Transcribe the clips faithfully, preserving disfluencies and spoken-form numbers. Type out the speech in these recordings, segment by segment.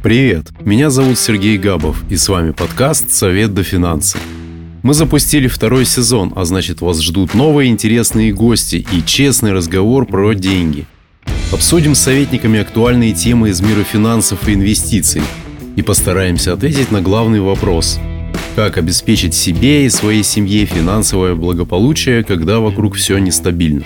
Привет, меня зовут Сергей Габов, и с вами подкаст «Совет до финансы». Мы запустили второй сезон, а значит, вас ждут новые интересные гости и честный разговор про деньги. Обсудим с советниками актуальные темы из мира финансов и инвестиций и постараемся ответить на главный вопрос – как обеспечить себе и своей семье финансовое благополучие, когда вокруг все нестабильно.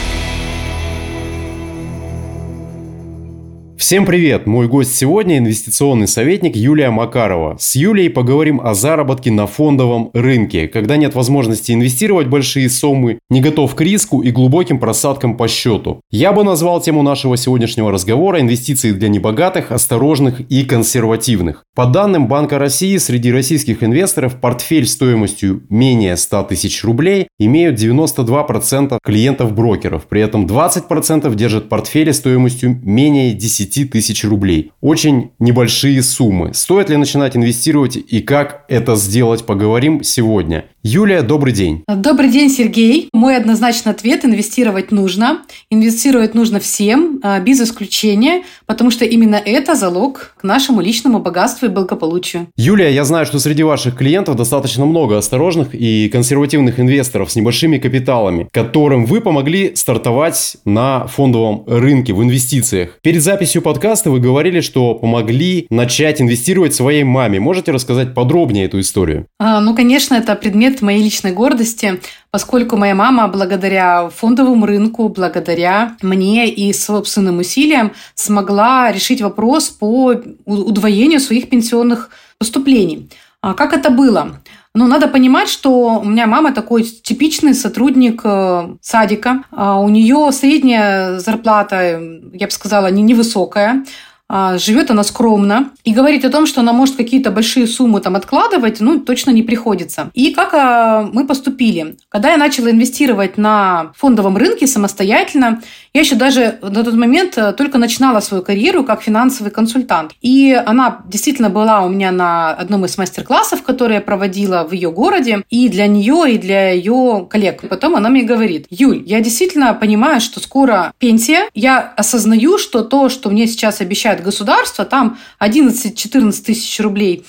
Всем привет! Мой гость сегодня – инвестиционный советник Юлия Макарова. С Юлией поговорим о заработке на фондовом рынке, когда нет возможности инвестировать большие суммы, не готов к риску и глубоким просадкам по счету. Я бы назвал тему нашего сегодняшнего разговора «Инвестиции для небогатых, осторожных и консервативных». По данным Банка России, среди российских инвесторов портфель стоимостью менее ста тысяч рублей имеют девяносто два процента клиентов-брокеров. При этом двадцать процентов держат портфели стоимостью менее десяти тысяч рублей. Очень небольшие суммы. Стоит ли начинать инвестировать и как это сделать, поговорим сегодня. Юлия, добрый день. Добрый день, Сергей. Мой однозначный ответ – инвестировать нужно. Инвестировать нужно всем, без исключения, потому что именно это залог к нашему личному богатству и благополучию. Юлия, я знаю, что среди ваших клиентов достаточно много осторожных и консервативных инвесторов с небольшими капиталами, которым вы помогли стартовать на фондовом рынке в инвестициях. Перед записью подкаста вы говорили, что помогли начать инвестировать своей маме. Можете рассказать подробнее эту историю? А, ну, конечно, это предмет моей личной гордости, поскольку моя мама благодаря фондовому рынку, благодаря мне и собственным усилиям смогла решить вопрос по удвоению своих пенсионных поступлений. А как это было? Ну, надо понимать, что у меня мама такой типичный сотрудник э, садика. А у нее средняя зарплата, я бы сказала, не невысокая. Живет она скромно. И говорить о том, что она может какие-то большие суммы там откладывать, ну, точно не приходится. И как а, мы поступили? Когда я начала инвестировать на фондовом рынке самостоятельно, я еще даже на тот момент только начинала свою карьеру как финансовый консультант. И она действительно была у меня на одном из мастер-классов, которые я проводила в ее городе, и для нее, и для ее коллег. И потом она мне говорит: Юль, я действительно понимаю, что скоро пенсия. Я осознаю, что то, что мне сейчас обещают государство, там одиннадцать-четырнадцать тысяч рублей,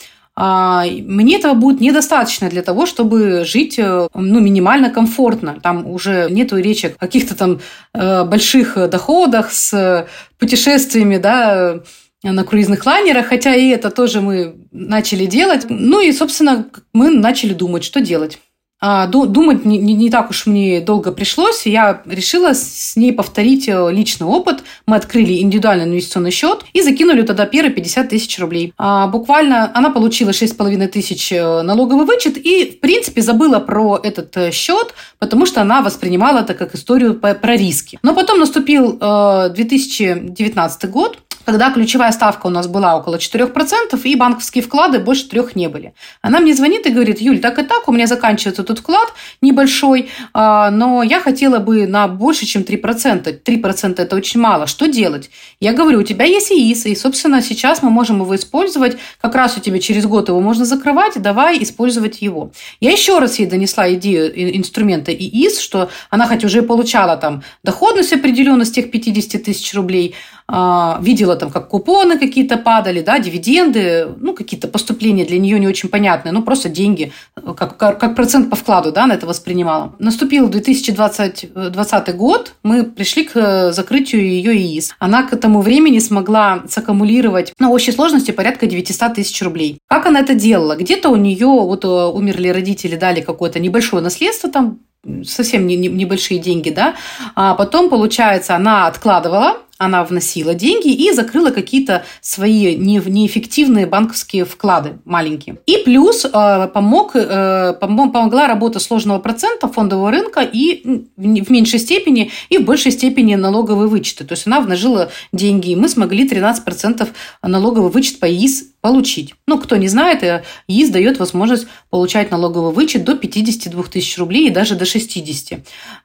мне этого будет недостаточно для того, чтобы жить, ну, минимально комфортно. Там уже нету речи о каких-то там больших доходах с путешествиями, да, на круизных лайнерах, хотя и это тоже мы начали делать. Ну и, собственно, мы начали думать, что делать. Думать не, не, не так уж мне долго пришлось. Я решила с ней повторить личный опыт. Мы открыли индивидуальный инвестиционный счет и закинули туда первые пятьдесят тысяч рублей. А, буквально она получила шесть с половиной тысяч налоговый вычет и, в принципе, забыла про этот счет, потому что она воспринимала это как историю про риски. Но потом наступил э, две тысячи девятнадцатый год, когда ключевая ставка у нас была около четырех процентов, и банковские вклады больше трех не были. Она мне звонит и говорит: Юль, так и так, у меня заканчивается тут вклад небольшой, но я хотела бы на больше, чем три процента. три процента – это очень мало. Что делать? Я говорю: у тебя есть ИИС, и, собственно, сейчас мы можем его использовать. Как раз у тебя через год его можно закрывать, давай использовать его. Я еще раз ей донесла идею инструмента ИИС, что она хоть уже получала там доходность определенную с тех пятидесяти тысяч рублей, видела там, как купоны какие-то падали, да, дивиденды, ну, какие-то поступления для нее не очень понятные, ну, просто деньги, как, как процент по вкладу, да, она это воспринимала. Наступил две тысячи двадцатый год, мы пришли к закрытию ее ИИС. Она к этому времени смогла саккумулировать, ну, в общей сложности порядка девятьсот тысяч рублей. Как она это делала? Где-то у нее, вот умерли родители, дали какое-то небольшое наследство, там, совсем не, не, небольшие деньги, да, а потом, получается, она откладывала, она вносила деньги и закрыла какие-то свои неэффективные банковские вклады маленькие. И плюс э, помог, э, помогла работа сложного процента фондового рынка и в меньшей степени, и в большей степени налоговые вычеты. То есть она вложила деньги, и мы смогли тринадцать процентов налоговый вычет по ИИС получить. Ну, кто не знает, ИИС дает возможность получать налоговый вычет до пятидесяти двух тысяч рублей и даже до шестидесяти,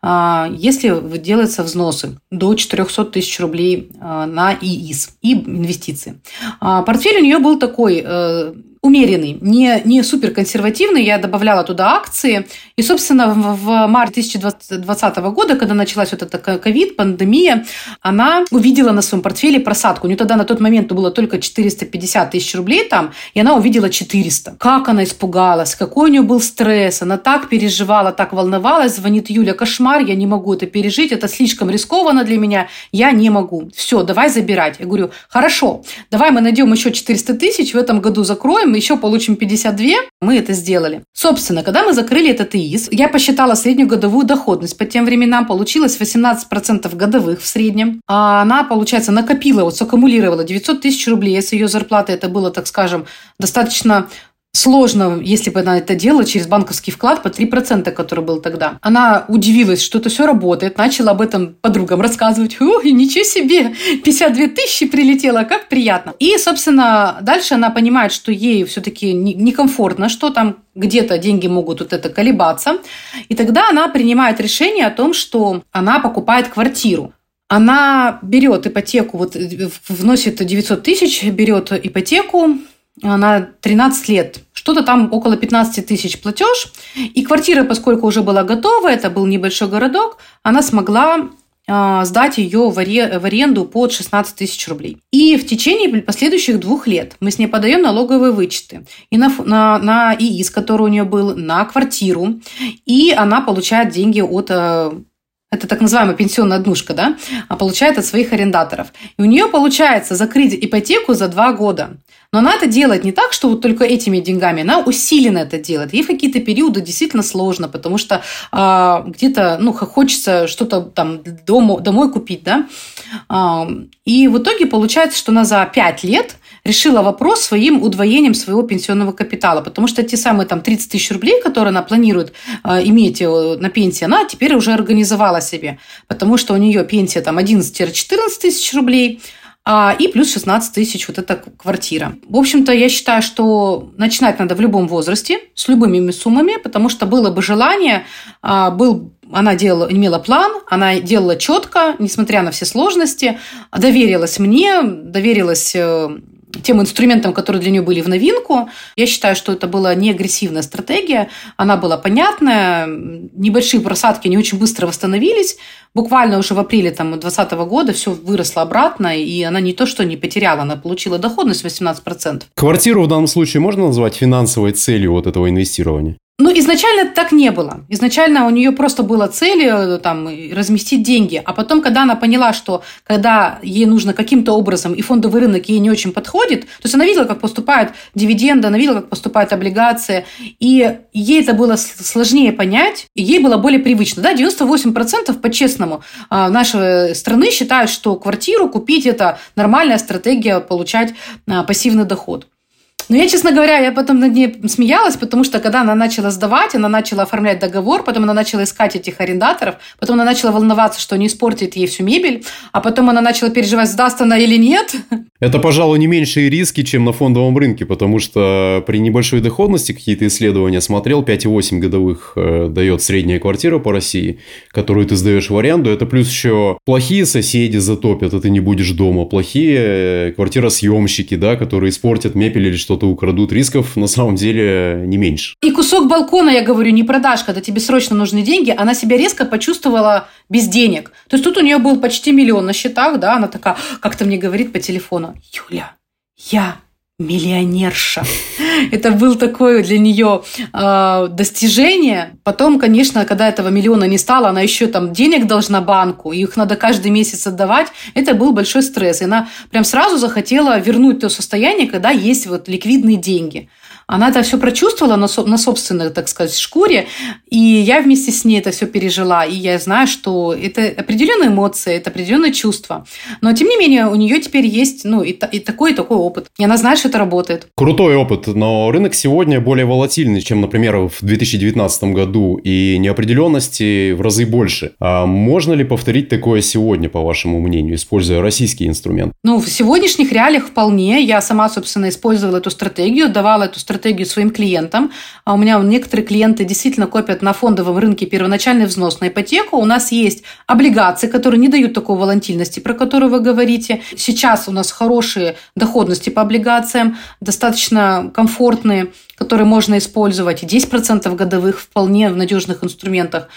если делаются взносы до четырехсот тысяч рублей на ИИС и инвестиции. Портфель у нее был такой умеренный, не, не супер консервативный. Я добавляла туда акции. И, собственно, в, в марте две тысячи двадцатого года, когда началась вот эта ковид, пандемия, она увидела на своем портфеле просадку. У нее тогда на тот момент было только четыреста пятьдесят тысяч рублей там, и она увидела четыреста. Как она испугалась, какой у нее был стресс. Она так переживала, так волновалась. Звонит: Юля, кошмар, я не могу это пережить, это слишком рискованно для меня, я не могу. Все, давай забирать. Я говорю: хорошо, давай мы найдем еще четыреста тысяч, в этом году закроем, еще получим пятьдесят два. Мы это сделали. Собственно, когда мы закрыли этот ИИС, я посчитала среднюю годовую доходность. По тем временам получилось восемнадцать процентов годовых в среднем. А она, получается, накопила, вот саккумулировала девятьсот тысяч рублей. С ее зарплаты это было, так скажем, достаточно сложно, если бы она это делала через банковский вклад по три процента, который был тогда. Она удивилась, что это все работает, начала об этом подругам рассказывать. Ой, ничего себе, пятьдесят две тысячи прилетело, как приятно. И, собственно, дальше она понимает, что ей все-таки некомфортно, что там где-то деньги могут вот это колебаться. И тогда она принимает решение о том, что она покупает квартиру. Она берет ипотеку, вот вносит девятьсот тысяч, берет ипотеку на тринадцать лет. Что-то там около пятнадцать тысяч платеж. И квартира, поскольку уже была готова, это был небольшой городок, она смогла э, сдать ее в, аре, в аренду под шестнадцать тысяч рублей. И в течение последующих двух лет мы с ней подаем налоговые вычеты. И на, на, на ИИС, который у нее был, на квартиру. И она получает деньги от... Э, это так называемая пенсионная однушка, да, а получает от своих арендаторов. И у нее получается закрыть ипотеку за два года. Но она это делает не так, что вот только этими деньгами, она усиленно это делает. Ей в какие-то периоды действительно сложно, потому что а, где-то ну, хочется что-то там дому, домой купить, да. А, и в итоге получается, что она за пять лет решила вопрос своим удвоением своего пенсионного капитала, потому что те самые там тридцать тысяч рублей, которые она планирует э, иметь на пенсии, она теперь уже организовала себе, потому что у нее пенсия там одиннадцать-четырнадцать тысяч рублей, а, и плюс шестнадцать тысяч вот эта квартира. В общем-то, я считаю, что начинать надо в любом возрасте, с любыми суммами, потому что было бы желание, а, был Она делала, имела план, она делала четко, несмотря на все сложности, доверилась мне, доверилась тем инструментам, которые для нее были в новинку. Я считаю, что это была не агрессивная стратегия, она была понятная, небольшие просадки не очень быстро восстановились. Буквально уже в апреле двадцать двадцатого года все выросло обратно, и она не то что не потеряла, она получила доходность восемнадцать процентов. Квартиру в данном случае можно назвать финансовой целью вот этого инвестирования? Ну, изначально так не было. Изначально у нее просто была цель там, разместить деньги. А потом, когда она поняла, что когда ей нужно каким-то образом, и фондовый рынок ей не очень подходит, то есть она видела, как поступают дивиденды, она видела, как поступают облигации, и ей это было сложнее понять, и ей было более привычно. Да, девяносто восемь процентов по-честному нашей страны считают, что квартиру купить – это нормальная стратегия получать пассивный доход. Но я, честно говоря, я потом над ней смеялась, потому что когда она начала сдавать, она начала оформлять договор, потом она начала искать этих арендаторов, потом она начала волноваться, что они испортят ей всю мебель, а потом она начала переживать, сдаст она или нет. Это, пожалуй, не меньшие риски, чем на фондовом рынке, потому что при небольшой доходности, какие-то исследования смотрел, пять целых восемь десятых годовых э, дает средняя квартира по России, которую ты сдаешь в аренду. Это плюс еще плохие соседи затопят, а ты не будешь дома, плохие квартиросъемщики, да, которые испортят мебель или что-то украдут. Рисков на самом деле не меньше. И кусок балкона, я говорю, не продашь, когда тебе срочно нужны деньги. Она себя резко почувствовала без денег. То есть тут у нее был почти миллион на счетах, да, она такая, как-то мне говорит по телефону: Юля, я миллионерша. Это был такое для нее э, достижение. Потом, конечно, когда этого миллиона не стало, она еще там денег должна банку, и их надо каждый месяц отдавать. Это был большой стресс. И она прям сразу захотела вернуть то состояние, когда есть вот ликвидные деньги. Она это все прочувствовала на, на собственной, так сказать, шкуре, и я вместе с ней это все пережила, и я знаю, что это определенные эмоции, это определенные чувства. Но, тем не менее, у нее теперь есть ну, и, и такой, и такой опыт. И она знает, что это работает. Крутой опыт, но рынок сегодня более волатильный, чем, например, в две тысячи девятнадцатом году, и неопределенности в разы больше. А можно ли повторить такое сегодня, по вашему мнению, используя российский инструмент? Ну, в сегодняшних реалиях вполне. Я сама, собственно, использовала эту стратегию, давала эту стратегию стратегию своим клиентам. А у меня некоторые клиенты действительно копят на фондовом рынке первоначальный взнос на ипотеку. У нас есть облигации, которые не дают такой волатильности, про которую вы говорите. Сейчас у нас хорошие доходности по облигациям, достаточно комфортные, которые можно использовать, и десять процентов годовых вполне в надежных инструментах.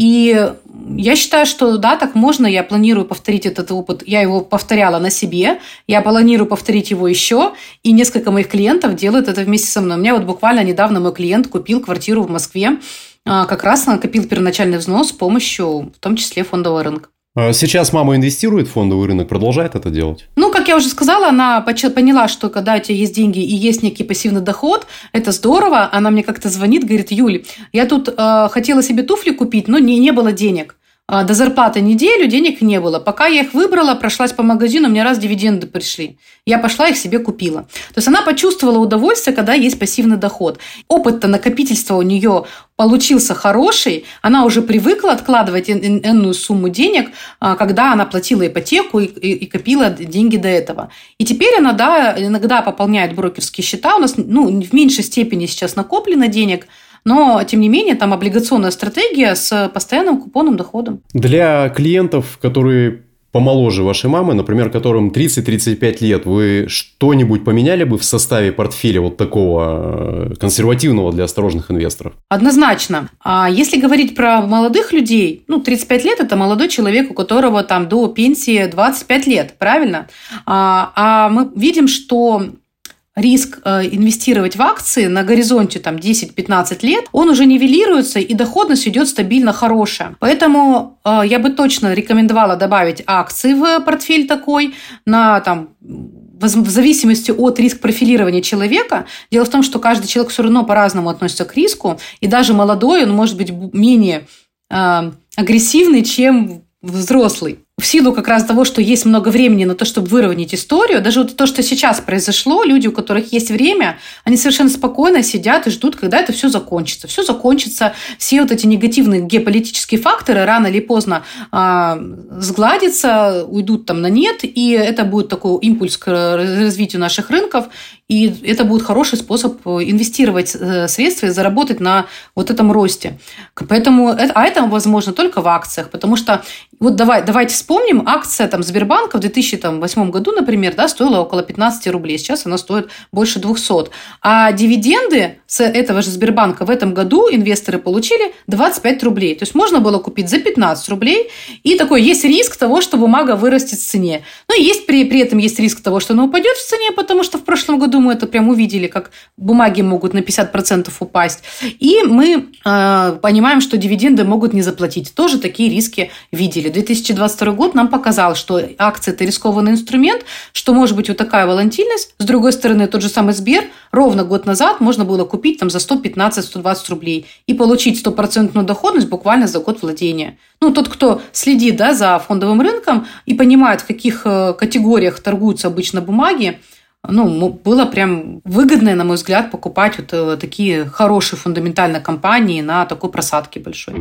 И я считаю, что да, так можно. Я планирую повторить этот опыт. Я его повторяла на себе. Я планирую повторить его еще. И несколько моих клиентов делают это вместе со мной. У меня вот буквально недавно мой клиент купил квартиру в Москве. Как раз накопил первоначальный взнос с помощью, в том числе, фондового рынка. Сейчас мама инвестирует в фондовый рынок, продолжает это делать? Ну, как я уже сказала, она поняла, что когда у тебя есть деньги и есть некий пассивный доход, это здорово. Она мне как-то звонит, говорит: Юль, я тут э, хотела себе туфли купить, но не, не было денег. До зарплаты неделю денег не было. Пока я их выбрала, прошлась по магазину, мне раз дивиденды пришли. Я пошла их себе купила. То есть она почувствовала удовольствие, когда есть пассивный доход. Опыт-то накопительства у нее получился хороший. Она уже привыкла откладывать энную сумму денег, когда она платила ипотеку и, и, и копила деньги до этого. И теперь она, да, иногда пополняет брокерские счета. У нас, ну, в меньшей степени сейчас накоплено денег, но, тем не менее, там облигационная стратегия с постоянным купонным доходом. Для клиентов, которые помоложе вашей мамы, например, которым тридцать-тридцать пять лет, вы что-нибудь поменяли бы в составе портфеля вот такого консервативного для осторожных инвесторов? Однозначно. А если говорить про молодых людей, ну, тридцать пять лет – это молодой человек, у которого там до пенсии двадцать пять лет, правильно? А, а мы видим, что риск инвестировать в акции на горизонте там, десять-пятнадцать лет, он уже нивелируется, и доходность идет стабильно хорошая. Поэтому э, я бы точно рекомендовала добавить акции в портфель такой, на, там, в зависимости от риск-профилирования человека. Дело в том, что каждый человек все равно по-разному относится к риску, и даже молодой, он может быть менее э, агрессивный, чем взрослый. В силу как раз того, что есть много времени на то, чтобы выровнять историю, даже вот то, что сейчас произошло, люди, у которых есть время, они совершенно спокойно сидят и ждут, когда это все закончится. Все закончится, все вот эти негативные геополитические факторы рано или поздно э, сгладятся, уйдут там на нет, и это будет такой импульс к развитию наших рынков, и это будет хороший способ инвестировать средства и заработать на вот этом росте. Поэтому, а это возможно только в акциях, потому что вот давай, давайте вспомним, акция там, Сбербанка в две тысячи восьмом году, например, да, стоила около пятнадцать рублей. Сейчас она стоит больше двухсот. А дивиденды с этого же Сбербанка в этом году инвесторы получили двадцать пять рублей. То есть можно было купить за пятнадцать рублей. И такой есть риск того, что бумага вырастет в цене. Но есть при, при этом есть риск того, что она упадет в цене, потому что в прошлом году мы это прям увидели, как бумаги могут на пятьдесят процентов упасть. И мы э, понимаем, что дивиденды могут не заплатить. Тоже такие риски видели. две тысячи двадцать второй год нам показал, что акции – это рискованный инструмент, что может быть вот такая волатильность. С другой стороны, тот же самый Сбер ровно год назад можно было купить там за сто пятнадцать - сто двадцать рублей и получить стопроцентную доходность буквально за год владения. Ну, тот, кто следит, да, за фондовым рынком и понимает, в каких категориях торгуются обычно бумаги, ну, было прям выгодно, на мой взгляд, покупать вот такие хорошие фундаментальные компании на такой просадке большой.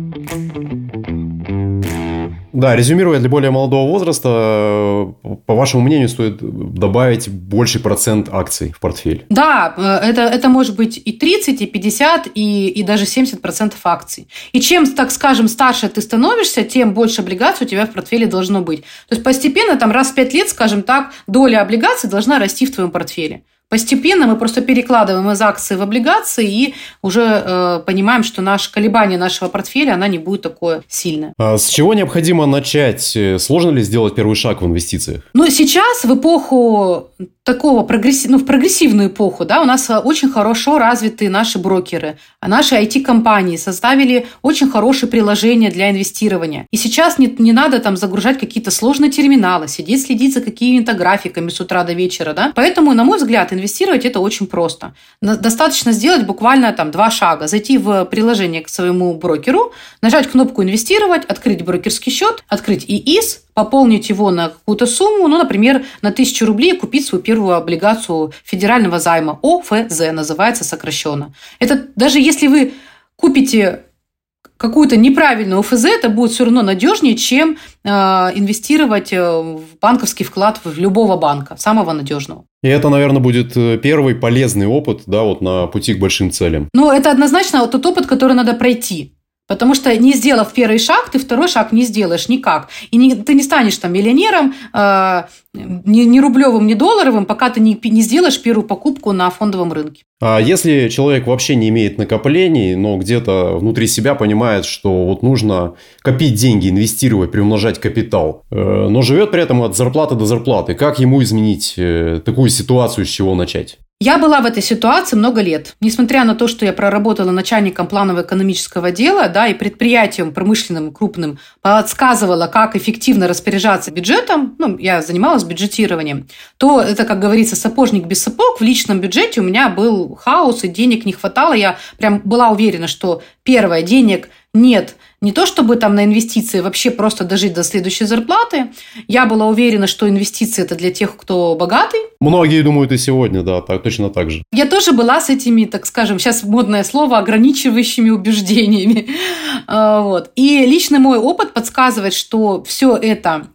Да, резюмируя для более молодого возраста, по вашему мнению, стоит добавить больший процент акций в портфель? Да, это, это может быть и тридцать, и пятьдесят, и, и даже семьдесят процентов акций. И чем, так скажем, старше ты становишься, тем больше облигаций у тебя в портфеле должно быть. То есть постепенно, там, раз в пять лет, скажем так, доля облигаций должна расти в твоем портфеле. Постепенно мы просто перекладываем из акций в облигации и уже э, понимаем, что наше колебание нашего портфеля, она не будет такое сильное. А с чего необходимо начать? Сложно ли сделать первый шаг в инвестициях? Ну, сейчас в эпоху такого прогрессив... ну, в прогрессивную эпоху, да, у нас очень хорошо развиты наши брокеры, наши ай ти-компании составили очень хорошие приложения для инвестирования. И сейчас не, не надо там загружать какие-то сложные терминалы, сидеть, следить за какими-то графиками с утра до вечера, да. Поэтому, на мой взгляд, инвестировать это очень просто. Достаточно сделать буквально там два шага. Зайти в приложение к своему брокеру, нажать кнопку «Инвестировать», открыть брокерский счет, открыть ИИС, пополнить его на какую-то сумму, ну, например, на тысячу рублей, купить свою первую облигацию федерального займа. о эф зэ называется сокращенно. Это даже если вы купите какую-то неправильную о эф зэ, это будет все равно надежнее, чем э, инвестировать в банковский вклад в любого банка, самого надежного. И это, наверное, будет первый полезный опыт, да, вот на пути к большим целям. Ну, это однозначно вот тот опыт, который надо пройти. Потому что не сделав первый шаг, ты второй шаг не сделаешь никак. И не, ты не станешь там миллионером, э, ни, ни рублевым, ни долларовым, пока ты не, не сделаешь первую покупку на фондовом рынке. А если человек вообще не имеет накоплений, но где-то внутри себя понимает, что вот нужно копить деньги, инвестировать, приумножать капитал, э, но живет при этом от зарплаты до зарплаты, как ему изменить э, такую ситуацию, с чего начать? Я была в этой ситуации много лет. Несмотря на то, что я проработала начальником планово-экономического дела, да, и предприятием промышленным крупным подсказывала, как эффективно распоряжаться бюджетом, ну, я занималась бюджетированием, то это, как говорится, сапожник без сапог. В личном бюджете у меня был хаос, и денег не хватало. Я прям была уверена, что, первое, денег нет, не то чтобы там на инвестиции, вообще просто дожить до следующей зарплаты. Я была уверена, что инвестиции – это для тех, кто богатый. Многие думают и сегодня, да, так, точно так же. Я тоже была с этими, так скажем, сейчас модное слово, ограничивающими убеждениями. Вот. И лично мой опыт подсказывает, что все это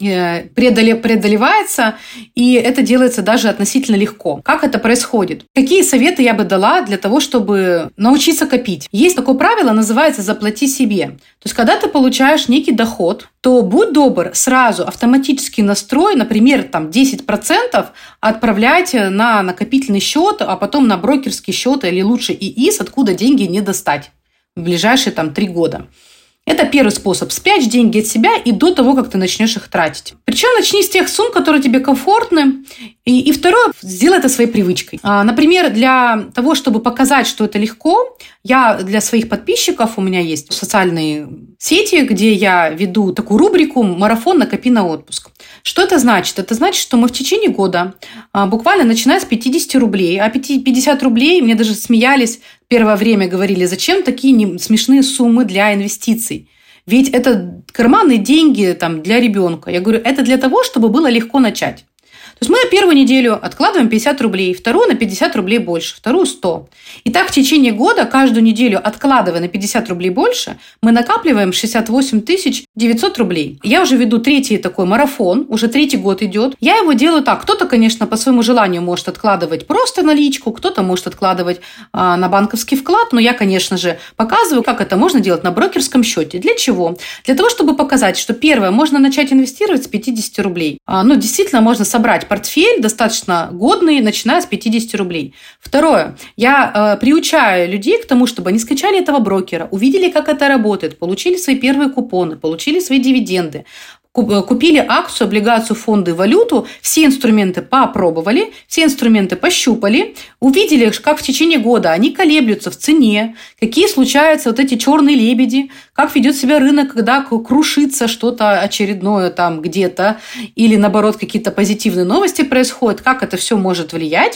преодолевается, и это делается даже относительно легко. Как это происходит? Какие советы я бы дала для того, чтобы научиться копить? Есть такое правило, называется «заплати себе». То есть, когда ты получаешь некий доход, то будь добр, сразу автоматический настрой, например, там десять процентов отправлять на накопительный счет, а потом на брокерский счет или лучше ИИС, откуда деньги не достать в ближайшие там три года. Это первый способ. Спрячь деньги от себя и до того, как ты начнешь их тратить. Причем начни с тех сумм, которые тебе комфортны. И, и второе, сделай это своей привычкой. А, например, для того, чтобы показать, что это легко, я для своих подписчиков, у меня есть социальные сети, где я веду такую рубрику «Марафон накопи на отпуск». Что это значит? Это значит, что мы в течение года, буквально начиная с пятьдесят рублей, а пятьдесят рублей, мне даже смеялись, первое время говорили, зачем такие смешные суммы для инвестиций? Ведь это карманные деньги там, для ребенка. Я говорю, это для того, чтобы было легко начать. То есть мы на первую неделю откладываем пятьдесят рублей, вторую на пятьдесят рублей больше, вторую сто. И так в течение года, каждую неделю откладывая на пятьдесят рублей больше, мы накапливаем шестьдесят восемь тысяч девятьсот рублей. Я уже веду третий такой марафон, уже третий год идет. Я его делаю так. Кто-то, конечно, по своему желанию может откладывать просто наличку, кто-то может откладывать а, на банковский вклад, но я, конечно же, показываю, как это можно делать на брокерском счете. Для чего? Для того, чтобы показать, что первое, можно начать инвестировать с пятьдесят рублей. А, ну, действительно, можно собрать портфель достаточно годный, начиная с пятьдесят рублей. Второе. Я э, приучаю людей к тому, чтобы они скачали этого брокера, увидели, как это работает, получили свои первые купоны, получили свои дивиденды, купили акцию, облигацию, фонды, валюту, все инструменты попробовали, все инструменты пощупали, увидели, как в течение года они колеблются в цене, какие случаются вот эти черные лебеди, как ведет себя рынок, когда крушится что-то очередное там где-то, или наоборот какие-то позитивные новости происходят, как это все может влиять.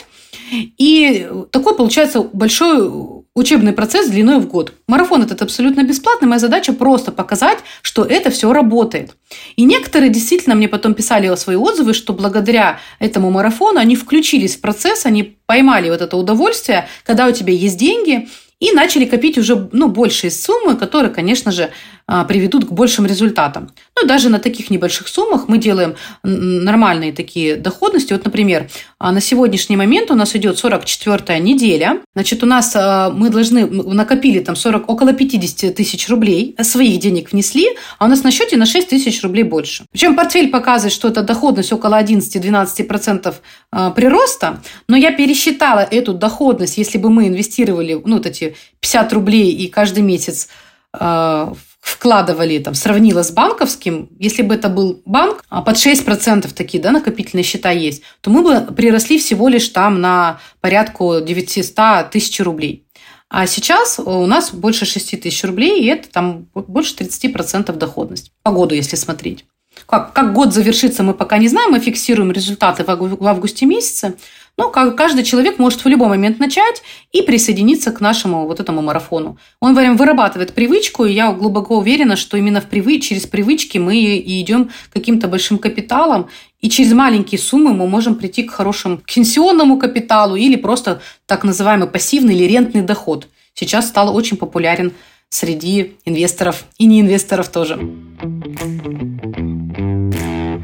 И такой получается большой учебный процесс длиной в год. Марафон этот абсолютно бесплатный. Моя задача просто показать, что это все работает. И некоторые действительно мне потом писали свои отзывы, что благодаря этому марафону они включились в процесс, они поймали вот это удовольствие, когда у тебя есть деньги, и начали копить уже ну, большие суммы, которые, конечно же, приведут к большим результатам. Ну, даже на таких небольших суммах мы делаем нормальные такие доходности. Вот, например, на сегодняшний момент у нас идет сорок четвёртая неделя. Значит, у нас мы должны, накопили там сорок, около пятьдесят тысяч рублей, своих денег внесли, а у нас на счете на шесть тысяч рублей больше. Причем портфель показывает, что это доходность около одиннадцать-двенадцать процентов прироста, но я пересчитала эту доходность, если бы мы инвестировали ну, вот эти пятьдесят рублей и каждый месяц вкладывали, там, сравнила с банковским, если бы это был банк, а под шесть процентов такие, да, накопительные счета есть, то мы бы приросли всего лишь там на порядку девятьсот тысяч рублей. А сейчас у нас больше шесть тысяч рублей, и это там больше тридцать процентов доходность. По году, если смотреть. Как, как год завершится, мы пока не знаем, мы фиксируем результаты в августе месяце. Но каждый человек может в любой момент начать и присоединиться к нашему вот этому марафону. Он вырабатывает привычку, и я глубоко уверена, что именно в привы... через привычки мы и идем к каким-то большим капиталам, и через маленькие суммы мы можем прийти к хорошему пенсионному капиталу или просто так называемый пассивный или рентный доход. Сейчас стал очень популярен среди инвесторов и неинвесторов тоже.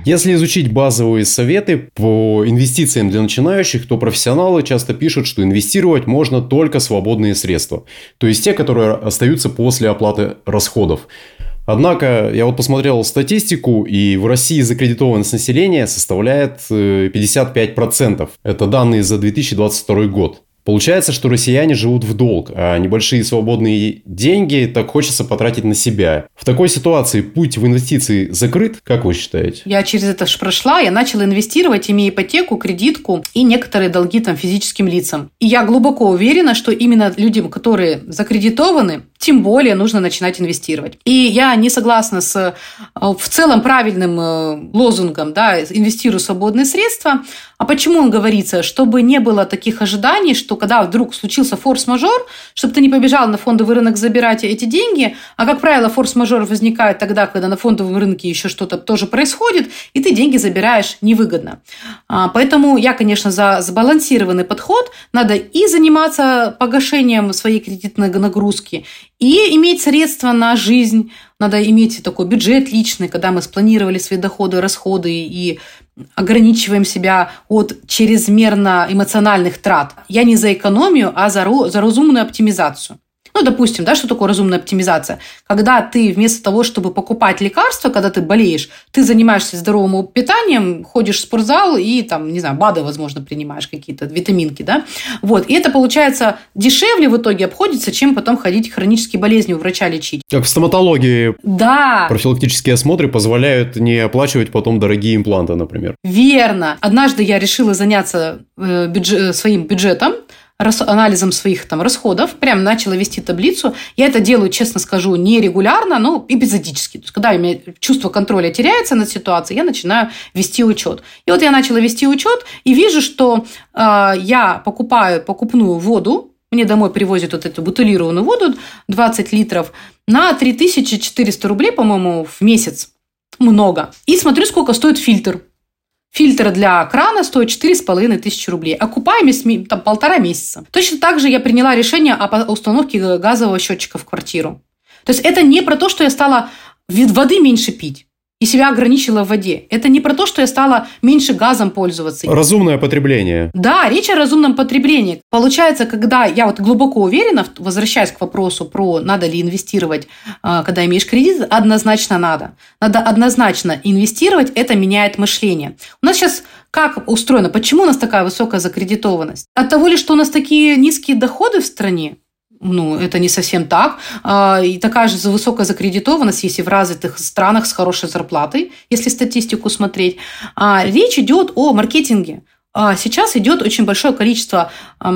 Если изучить базовые советы по инвестициям для начинающих, то профессионалы часто пишут, что инвестировать можно только свободные средства. То есть те, которые остаются после оплаты расходов. Однако, я вот посмотрел статистику, и в России закредитованность населения составляет пятьдесят пять процентов. Это данные за две тысячи двадцать второй год. Получается, что россияне живут в долг, а небольшие свободные деньги так хочется потратить на себя. В такой ситуации путь в инвестиции закрыт, как вы считаете? Я через это же прошла, я начала инвестировать, имея ипотеку, кредитку и некоторые долги там физическим лицам. И я глубоко уверена, что именно людям, которые закредитованы, тем более нужно начинать инвестировать. И я не согласна с в целом правильным лозунгом, да, инвестирую в свободные средства. А почему он говорится? Чтобы не было таких ожиданий, что когда вдруг случился форс-мажор, чтобы ты не побежал на фондовый рынок забирать эти деньги, а, как правило, форс-мажор возникает тогда, когда на фондовом рынке еще что-то тоже происходит, и ты деньги забираешь невыгодно. Поэтому я, конечно, за сбалансированный подход. Надо и заниматься погашением своей кредитной нагрузки, и иметь средства на жизнь. Надо иметь такой бюджет личный, когда мы спланировали свои доходы, расходы и ограничиваем себя от чрезмерно эмоциональных трат. Я не за экономию, а за, за разумную оптимизацию. Ну, допустим, да, что такое разумная оптимизация? Когда ты вместо того, чтобы покупать лекарства, когда ты болеешь, ты занимаешься здоровым питанием, ходишь в спортзал и, там, не знаю, БАДы, возможно, принимаешь какие-то, витаминки, да? Вот. И это, получается, дешевле в итоге обходится, чем потом ходить хронические болезни у врача лечить. Как в стоматологии. Да. Профилактические осмотры позволяют не оплачивать потом дорогие импланты, например. Верно. Однажды я решила заняться бюджет, своим бюджетом, анализом своих там расходов, прям начала вести таблицу. Я это делаю, честно скажу, не регулярно, но эпизодически. То есть, когда у меня чувство контроля теряется над ситуацией, я начинаю вести учет. И вот я начала вести учет и вижу, что э, я покупаю покупную воду, мне домой привозят вот эту бутылированную воду, двадцать литров, на три тысячи четыреста рублей, по-моему, в месяц. Много. И смотрю, сколько стоит фильтр. Фильтр для крана стоит четыре с половиной тысячи рублей. Окупаемость там полтора месяца. Точно так же я приняла решение о установке газового счетчика в квартиру. То есть это не про то, что я стала воды меньше пить и себя ограничила в воде. Это не про то, что я стала меньше газом пользоваться. Разумное потребление. Да, речь о разумном потреблении. Получается, когда я вот глубоко уверена, возвращаясь к вопросу про надо ли инвестировать, когда имеешь кредит, однозначно надо. Надо однозначно инвестировать, это меняет мышление. У нас сейчас как устроено? Почему у нас такая высокая закредитованность? От того ли, что у нас такие низкие доходы в стране? Ну, это не совсем так. И такая же высокая закредитованность есть и в развитых странах с хорошей зарплатой, если статистику смотреть. Речь идет о маркетинге. Сейчас идет очень большое количество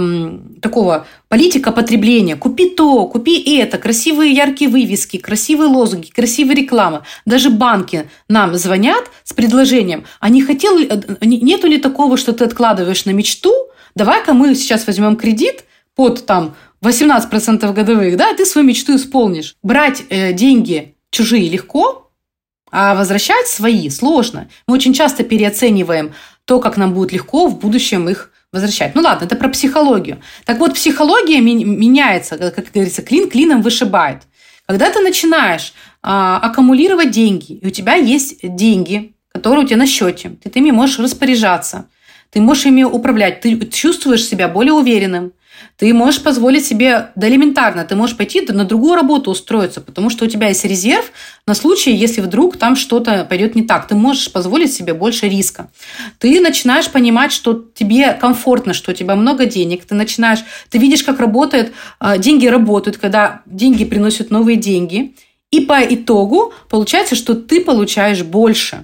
эм, такого политика потребления. Купи то, купи это, красивые яркие вывески, красивые лозунги, красивые рекламы. Даже банки нам звонят с предложением, а не хотел, нету ли такого, что ты откладываешь на мечту, давай-ка мы сейчас возьмем кредит под там восемнадцать процентов годовых, да, и ты свою мечту исполнишь. Брать э, деньги чужие легко, а возвращать свои сложно. Мы очень часто переоцениваем то, как нам будет легко в будущем их возвращать. Ну ладно, это про психологию. Так вот, психология меняется, как говорится, клин клином вышибает. Когда ты начинаешь а, аккумулировать деньги, и у тебя есть деньги, которые у тебя на счете, ты, ты ими можешь распоряжаться, ты можешь ими управлять, ты чувствуешь себя более уверенным, ты можешь позволить себе, да элементарно, ты можешь пойти на другую работу устроиться, потому что у тебя есть резерв на случай, если вдруг там что-то пойдет не так. Ты можешь позволить себе больше риска. Ты начинаешь понимать, что тебе комфортно, что у тебя много денег. Ты начинаешь, ты видишь, как работает, деньги работают, когда деньги приносят новые деньги. И по итогу получается, что ты получаешь больше.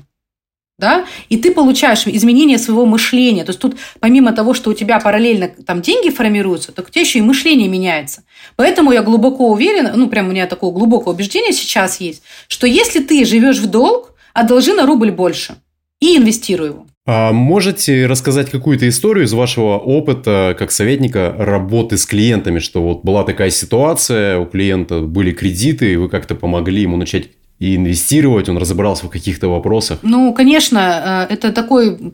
Да? И ты получаешь изменение своего мышления. То есть тут помимо того, что у тебя параллельно там деньги формируются, так у тебя еще и мышление меняется. Поэтому я глубоко уверена, ну прям у меня такое глубокое убеждение сейчас есть, что если ты живешь в долг, одолжи на рубль больше и инвестируй его. А можете рассказать какую-то историю из вашего опыта как советника работы с клиентами, что вот была такая ситуация, у клиента были кредиты, и вы как-то помогли ему начать и инвестировать, он разобрался в каких-то вопросах? Ну, конечно, это такой,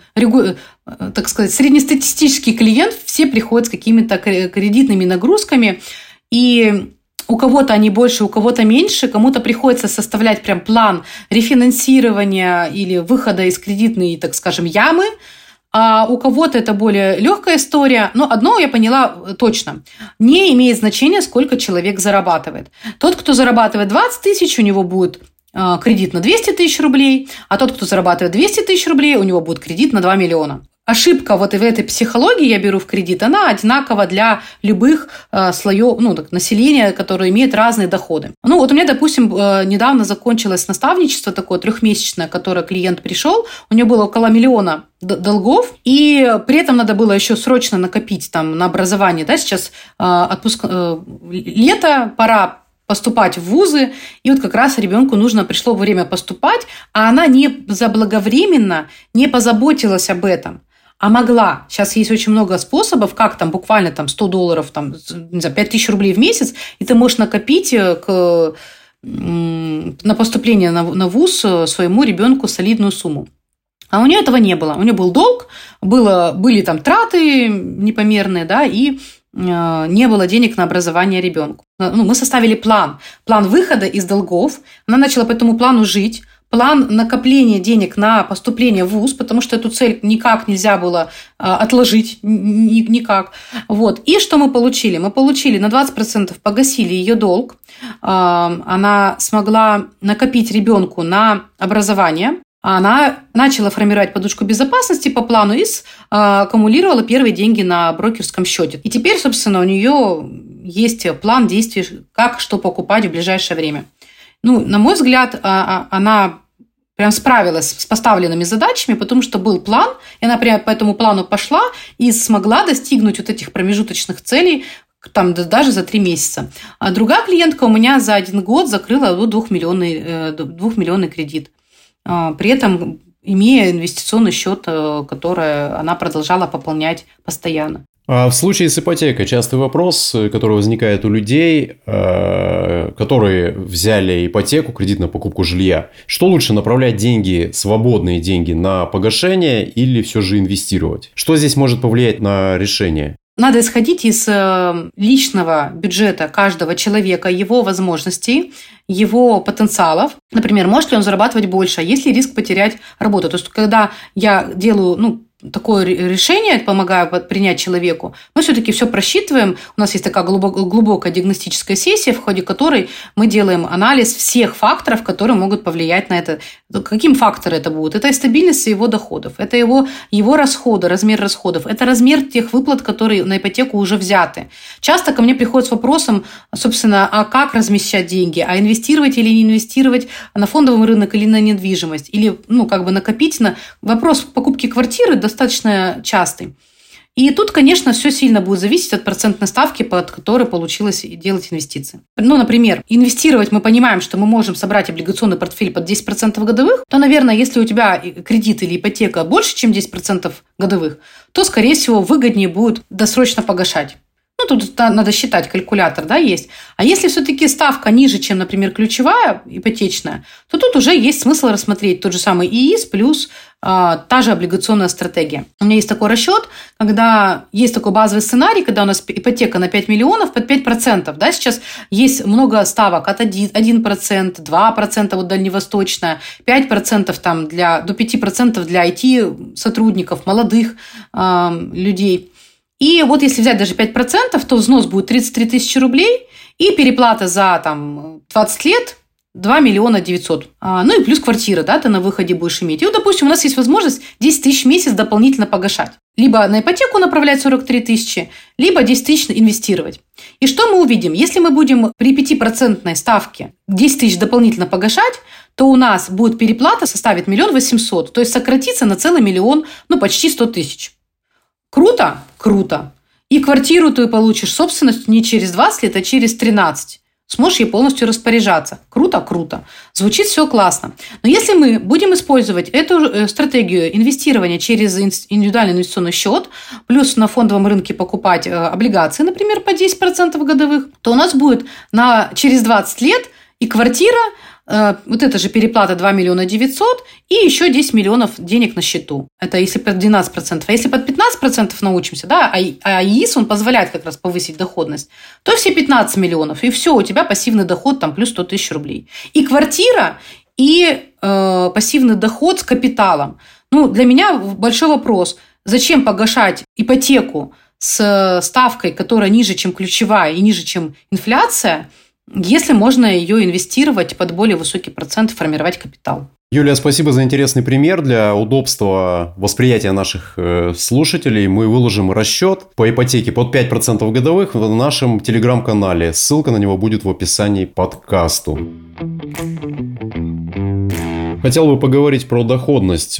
так сказать, среднестатистический клиент, все приходят с какими-то кредитными нагрузками, и у кого-то они больше, у кого-то меньше, кому-то приходится составлять прям план рефинансирования или выхода из кредитной, так скажем, ямы, а у кого-то это более легкая история. Но одно я поняла точно. Не имеет значения, сколько человек зарабатывает. Тот, кто зарабатывает двадцать тысяч, у него будет кредит на двести тысяч рублей, а тот, кто зарабатывает двести тысяч рублей, у него будет кредит на два миллиона. Ошибка вот и в этой психологии «я беру в кредит», она одинакова для любых э, слоев ну, так, населения, которые имеют разные доходы. Ну вот у меня, допустим, э, недавно закончилось наставничество такое трехмесячное, которое клиент пришел, у него было около миллиона долгов, и при этом надо было еще срочно накопить там, на образование. Да, сейчас э, отпуск... э, лето, пора поступать в вузы, и вот как раз ребенку нужно пришло время поступать, а она не заблаговременно не позаботилась об этом. А могла. Сейчас есть очень много способов, как там буквально там, сто долларов, там, не знаю, пять тысяч рублей в месяц, и ты можешь накопить к, на поступление на, на вуз своему ребенку солидную сумму. А у нее этого не было. У нее был долг, было, были там траты непомерные, да, и э, не было денег на образование ребенку. Ну, мы составили план. План выхода из долгов. Она начала по этому плану жить. План накопления денег на поступление в вуз, потому что эту цель никак нельзя было а, отложить, ни, никак. Вот. И что мы получили? Мы получили на двадцать процентов погасили ее долг. А, она смогла накопить ребенку на образование. Она начала формировать подушку безопасности по плану и а, аккумулировала первые деньги на брокерском счете. И теперь, собственно, у нее есть план действий, как что покупать в ближайшее время. Ну, на мой взгляд, она прям справилась с поставленными задачами, потому что был план, и она прямо по этому плану пошла и смогла достигнуть вот этих промежуточных целей там, даже за три месяца. А другая клиентка у меня за один год закрыла двухмиллионный, двухмиллионный кредит. При этом имея инвестиционный счет, который она продолжала пополнять постоянно. А в случае с ипотекой частый вопрос, который возникает у людей, которые взяли ипотеку, кредит на покупку жилья. Что лучше, направлять деньги, свободные деньги на погашение или все же инвестировать? Что здесь может повлиять на решение? Надо исходить из личного бюджета каждого человека, его возможностей, его потенциалов. Например, может ли он зарабатывать больше, есть ли риск потерять работу. То есть, когда я делаю, ну, такое решение, помогаю принять человеку, мы все-таки все просчитываем. У нас есть такая глубокая диагностическая сессия, в ходе которой мы делаем анализ всех факторов, которые могут повлиять на это. Каким факторы это будут? Это и стабильность его доходов, это его, его расходы, размер расходов, это размер тех выплат, которые на ипотеку уже взяты. Часто ко мне приходят с вопросом, собственно, а как размещать деньги, а инвестировать или не инвестировать на фондовый рынок или на недвижимость, или ну, как бы накопить на... Вопрос покупки квартиры достаточно частый. И тут, конечно, все сильно будет зависеть от процентной ставки, под которой получилось делать инвестиции. Ну, например, инвестировать мы понимаем, что мы можем собрать облигационный портфель под десять процентов годовых, то, наверное, если у тебя кредит или ипотека больше, чем десять процентов годовых, то, скорее всего, выгоднее будет досрочно погашать. Ну, тут надо считать, калькулятор, да, есть. А если все-таки ставка ниже, чем, например, ключевая ипотечная, то тут уже есть смысл рассмотреть тот же самый ИИС плюс а, та же облигационная стратегия. У меня есть такой расчет, когда есть такой базовый сценарий, когда у нас ипотека на пять миллионов под пять процентов. Да, сейчас есть много ставок от один процент, два процента вот дальневосточная, пять процентов там для, до пять процентов для ай ти-сотрудников, молодых а, людей. И вот если взять даже пять процентов, то взнос будет тридцать три тысячи рублей и переплата за там, двадцать лет два миллиона девятьсот. А, ну и плюс квартира, да, ты на выходе будешь иметь. И вот, допустим, у нас есть возможность десять тысяч в месяц дополнительно погашать. Либо на ипотеку направлять сорок три тысячи, либо десять тысяч инвестировать. И что мы увидим? Если мы будем при пятипроцентной ставке десять тысяч дополнительно погашать, то у нас будет переплата составит миллион восемьсот. То есть сократится на целый миллион, ну почти сто тысяч. Круто? Круто. И квартиру ты получишь собственность не через двадцать лет, а через тринадцать. Сможешь ей полностью распоряжаться. Круто? Круто. Звучит все классно. Но если мы будем использовать эту стратегию инвестирования через индивидуальный инвестиционный счет, плюс на фондовом рынке покупать облигации, например, по десять процентов годовых, то у нас будет на, через двадцать лет и квартира вот это же переплата два миллиона девятьсот и еще десять миллионов денег на счету. Это если под двенадцать процентов. А если под пятнадцать процентов научимся, да, а ИИС, он позволяет как раз повысить доходность, то все пятнадцать миллионов. И все, у тебя пассивный доход там плюс сто тысяч рублей. И квартира, и э, пассивный доход с капиталом. Ну, для меня большой вопрос, зачем погашать ипотеку с ставкой, которая ниже, чем ключевая и ниже, чем инфляция, если можно ее инвестировать под более высокий процент, формировать капитал. Юлия, спасибо за интересный пример. Для удобства восприятия наших слушателей мы выложим расчет по ипотеке под пять процентов годовых в нашем телеграм-канале. Ссылка на него будет в описании подкасту. Хотел бы поговорить про доходность.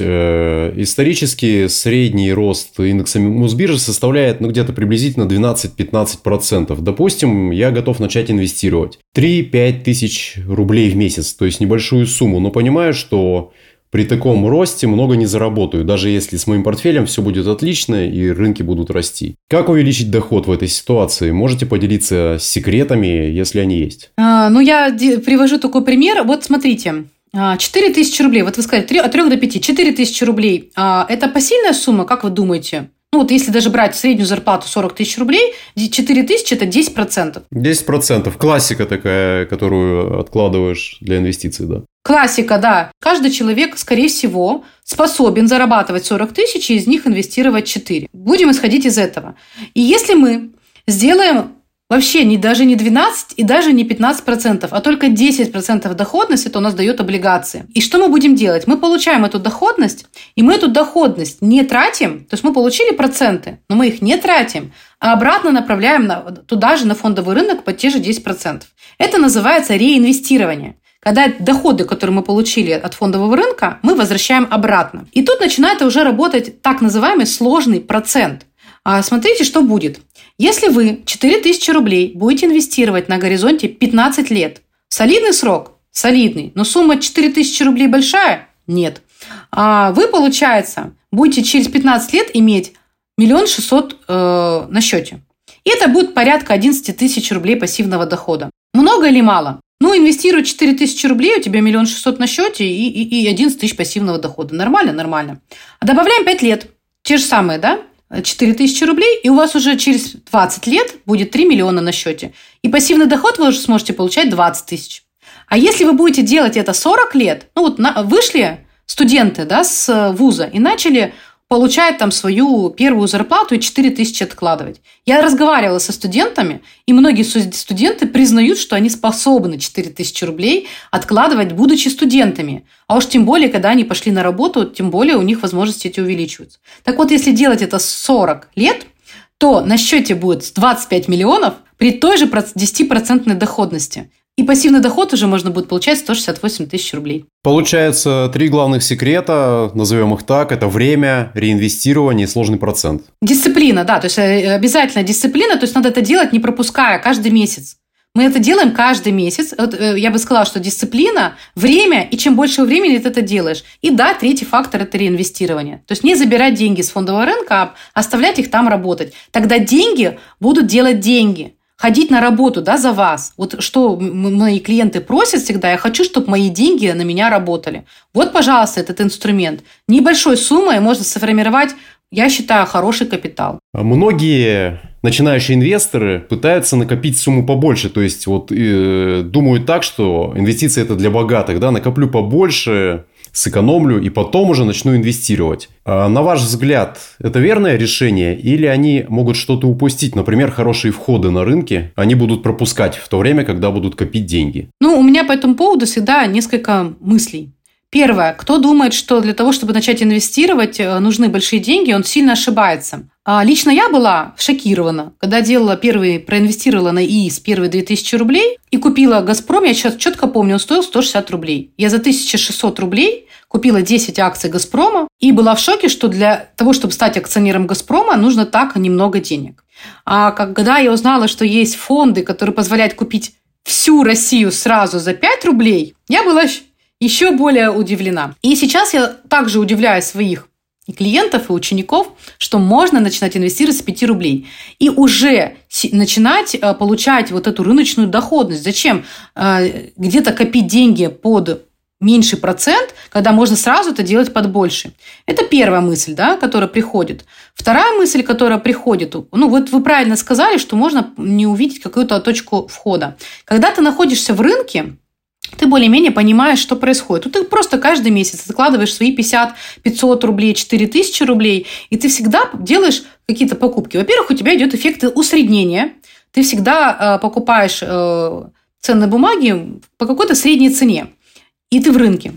Исторически средний рост индекса Мосбиржи составляет ну, где-то приблизительно двенадцать-пятнадцать процентов. Допустим, я готов начать инвестировать. три-пять тысяч рублей в месяц, то есть небольшую сумму. Но понимаю, что при таком росте много не заработаю, даже если с моим портфелем все будет отлично и рынки будут расти. Как увеличить доход в этой ситуации? Можете поделиться секретами, если они есть? А, ну, я привожу такой пример. Вот смотрите. четыре тысячи рублей, вот вы сказали, от трёх до пяти, четыре тысячи рублей. Это посильная сумма, как вы думаете? Ну, вот если даже брать среднюю зарплату сорок тысяч рублей, четыре тысячи – это десять процентов. десять процентов. Классика такая, которую откладываешь для инвестиций, да. Классика, да. Каждый человек, скорее всего, способен зарабатывать сорок тысяч и из них инвестировать четыре. Будем исходить из этого. И если мы сделаем вообще не, даже не двенадцать и даже не пятнадцать процентов, а только десять процентов доходности, то у нас дает облигации. И что мы будем делать? Мы получаем эту доходность, и мы эту доходность не тратим, то есть мы получили проценты, но мы их не тратим, а обратно направляем на, туда же на фондовый рынок под те же десять процентов. Это называется реинвестирование. Когда доходы, которые мы получили от фондового рынка, мы возвращаем обратно. И тут начинает уже работать так называемый сложный процент. Смотрите, что будет. Если вы четыре тысячи рублей будете инвестировать на горизонте пятнадцать лет, солидный срок? Солидный. Но сумма четыре тысячи рублей большая? Нет. А вы, получается, будете через пятнадцать лет иметь миллион шестьсот э, на счете. И это будет порядка одиннадцать тысяч рублей пассивного дохода. Много или мало? Ну, инвестируй четыре тысячи рублей, у тебя миллион шестьсот на счете и, и, и одиннадцать тысяч пассивного дохода. Нормально? Нормально. А добавляем пять лет. Те же самые, да? четыре тысячи рублей, и у вас уже через двадцать лет будет три миллиона на счете. И пассивный доход вы уже сможете получать двадцать тысяч. А если вы будете делать это сорок лет, ну вот на, вышли студенты, да, с вуза и начали получать там свою первую зарплату и четыре тысячи откладывать. Я разговаривала со студентами, и многие студенты признают, что они способны четыре тысячи рублей откладывать, будучи студентами. А уж тем более, когда они пошли на работу, тем более у них возможности эти увеличиваются. Так вот, если делать это сорок лет, то на счете будет двадцать пять миллионов при той же десятипроцентной доходности. И пассивный доход уже можно будет получать сто шестьдесят восемь тысяч рублей. Получается, три главных секрета, назовем их так, это время, реинвестирование и сложный процент. Дисциплина, да, то есть обязательно дисциплина, то есть надо это делать, не пропуская, каждый месяц. Мы это делаем каждый месяц. Вот, я бы сказала, что дисциплина, время, и чем больше времени ты это делаешь. И да, третий фактор – это реинвестирование. То есть не забирать деньги с фондового рынка, а оставлять их там работать. Тогда деньги будут делать деньги. Ходить на работу, да, за вас. Вот что мои клиенты просят всегда, я хочу, чтобы мои деньги на меня работали. Вот, пожалуйста, этот инструмент. Небольшой суммой можно сформировать, я считаю, хороший капитал. Многие начинающие инвесторы пытаются накопить сумму побольше. То есть, вот э, думают так, что инвестиции – это для богатых. Да? Накоплю побольше, сэкономлю и потом уже начну инвестировать. А на ваш взгляд, это верное решение? Или они могут что-то упустить? Например, хорошие входы на рынке они будут пропускать в то время, когда будут копить деньги. Ну, у меня по этому поводу всегда несколько мыслей. Первое. Кто думает, что для того, чтобы начать инвестировать, нужны большие деньги, он сильно ошибается. А лично я была шокирована, когда делала первый, проинвестировала на ИИС первые две тысячи рублей и купила «Газпром». Я сейчас четко помню, он стоил сто шестьдесят рублей. Я за тысячу шестьсот рублей купила десять акций «Газпрома» и была в шоке, что для того, чтобы стать акционером «Газпрома», нужно так немного денег. А когда я узнала, что есть фонды, которые позволяют купить всю Россию сразу за пять рублей, я была еще более удивлена. И сейчас я также удивляю своих и клиентов, и учеников, что можно начинать инвестировать с пяти рублей. И уже начинать получать вот эту рыночную доходность. Зачем где-то копить деньги под меньший процент, когда можно сразу это делать под больше. Это первая мысль, да, которая приходит. Вторая мысль, которая приходит, ну вот вы правильно сказали, что можно не увидеть какую-то точку входа. Когда ты находишься в рынке, ты более-менее понимаешь, что происходит. Ты просто каждый месяц откладываешь свои пятьдесят, пятьсот рублей, четыре тысячи рублей, и ты всегда делаешь какие-то покупки. Во-первых, у тебя идет эффект усреднения. Ты всегда э, покупаешь э, ценные бумаги по какой-то средней цене. И ты в рынке.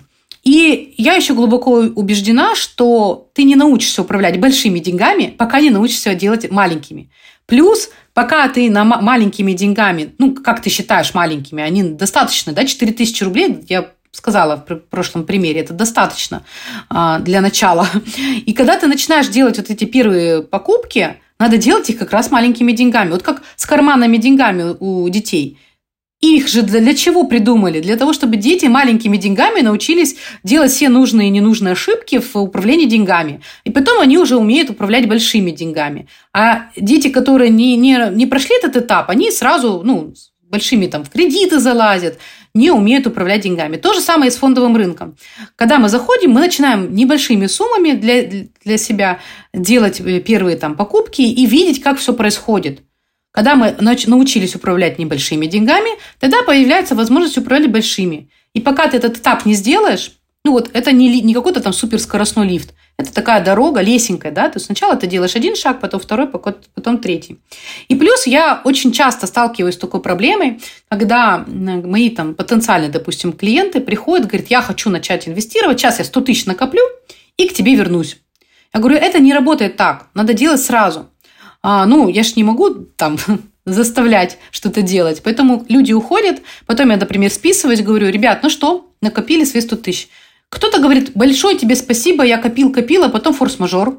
И я еще глубоко убеждена, что ты не научишься управлять большими деньгами, пока не научишься делать маленькими. Плюс, пока ты на маленькими деньгами, ну, как ты считаешь маленькими, они достаточно, да, четыре тысячи рублей, я сказала в прошлом примере, это достаточно а, для начала. И когда ты начинаешь делать вот эти первые покупки, надо делать их как раз маленькими деньгами. Вот как с карманными деньгами у детей. Их же для чего придумали? Для того, чтобы дети маленькими деньгами научились делать все нужные и ненужные ошибки в управлении деньгами. И потом они уже умеют управлять большими деньгами. А дети, которые не, не, не прошли этот этап, они сразу ну, большими там, в кредиты залазят, не умеют управлять деньгами. То же самое и с фондовым рынком. Когда мы заходим, мы начинаем небольшими суммами для, для себя делать первые там, покупки и видеть, как все происходит. Когда мы научились управлять небольшими деньгами, тогда появляется возможность управлять большими. И пока ты этот этап не сделаешь, ну вот это не, не какой-то там суперскоростной лифт. Это такая дорога, лесенка, да. То есть сначала ты делаешь один шаг, потом второй, потом третий. И плюс я очень часто сталкиваюсь с такой проблемой, когда мои там потенциальные, допустим, клиенты приходят, говорят, я хочу начать инвестировать, сейчас я сто тысяч накоплю и к тебе вернусь. Я говорю, это не работает так, надо делать сразу. А, ну, я ж не могу там заставлять что-то делать. Поэтому люди уходят. Потом я, например, списываюсь, говорю, ребят, ну что, накопили свои сто тысяч. Кто-то говорит, большое тебе спасибо, я копил-копил, а потом форс-мажор.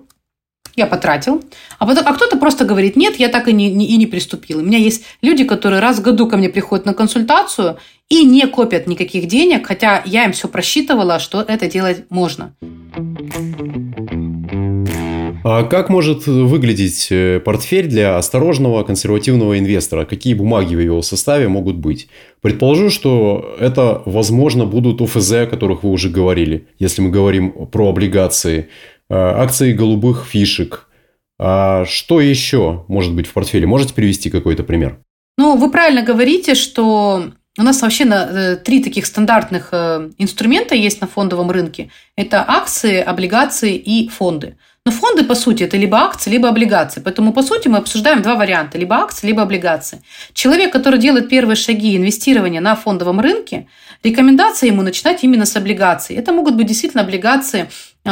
Я потратил. А, потом, а кто-то просто говорит, нет, я так и не, не, и не приступил. У меня есть люди, которые раз в году ко мне приходят на консультацию и не копят никаких денег, хотя я им все просчитывала, что это делать можно. А как может выглядеть портфель для осторожного консервативного инвестора? Какие бумаги в его составе могут быть? Предположу, что это, возможно, будут ОФЗ, о которых вы уже говорили, если мы говорим про облигации, акции голубых фишек. А что еще может быть в портфеле? Можете привести какой-то пример? Ну, вы правильно говорите, что у нас вообще на, три таких стандартных инструмента есть на фондовом рынке. Это акции, облигации и фонды. Но фонды, по сути, это либо акции, либо облигации. Поэтому, по сути, мы обсуждаем два варианта. Либо акции, либо облигации. Человек, который делает первые шаги инвестирования на фондовом рынке, рекомендация ему начинать именно с облигаций. Это могут быть действительно облигации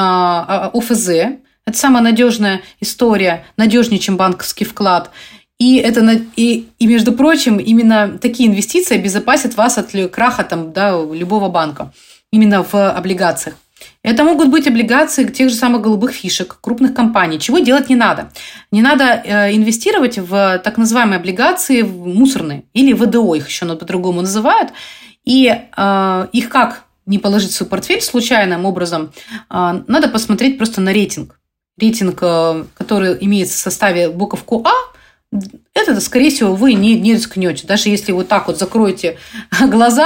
ОФЗ. Это самая надежная история, надежнее, чем банковский вклад. И, это, и, и, между прочим, именно такие инвестиции обезопасят вас от краха там, да, любого банка. Именно в облигациях. Это могут быть облигации тех же самых голубых фишек, крупных компаний. Чего делать не надо? Не надо инвестировать в так называемые облигации мусорные, или ВДО их еще по-другому называют. И э, их как не положить в свой портфель случайным образом, э, надо посмотреть просто на рейтинг. Рейтинг, э, который имеется в составе буковку А, это, скорее всего, вы не, не рискнете. Даже если вот так вот закроете глаза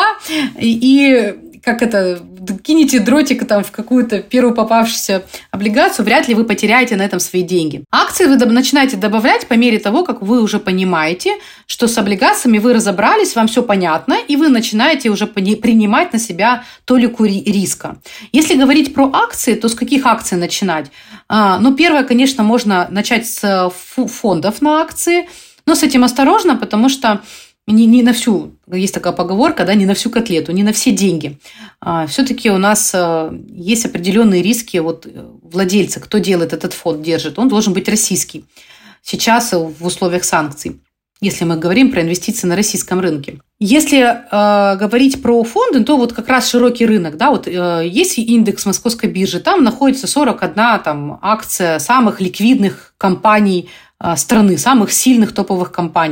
и... как это, кинете дротик там в какую-то первую попавшуюся облигацию, вряд ли вы потеряете на этом свои деньги. Акции вы начинаете добавлять по мере того, как вы уже понимаете, что с облигациями вы разобрались, вам все понятно, и вы начинаете уже принимать на себя толику риска. Если говорить про акции, то с каких акций начинать? Ну, первое, конечно, можно начать с фондов на акции, но с этим осторожно, потому что Не, не на всю, есть такая поговорка, да, не на всю котлету, не на все деньги. А, все-таки у нас а, есть определенные риски. Вот владельцы, кто делает этот фонд, держит, он должен быть российский. Сейчас в условиях санкций, если мы говорим про инвестиции на российском рынке. Если э, говорить про фонды, то вот как раз широкий рынок. Да, вот, э, есть индекс Московской биржи, там находится сорок одна там, акция самых ликвидных компаний страны, самых сильных топовых компаний.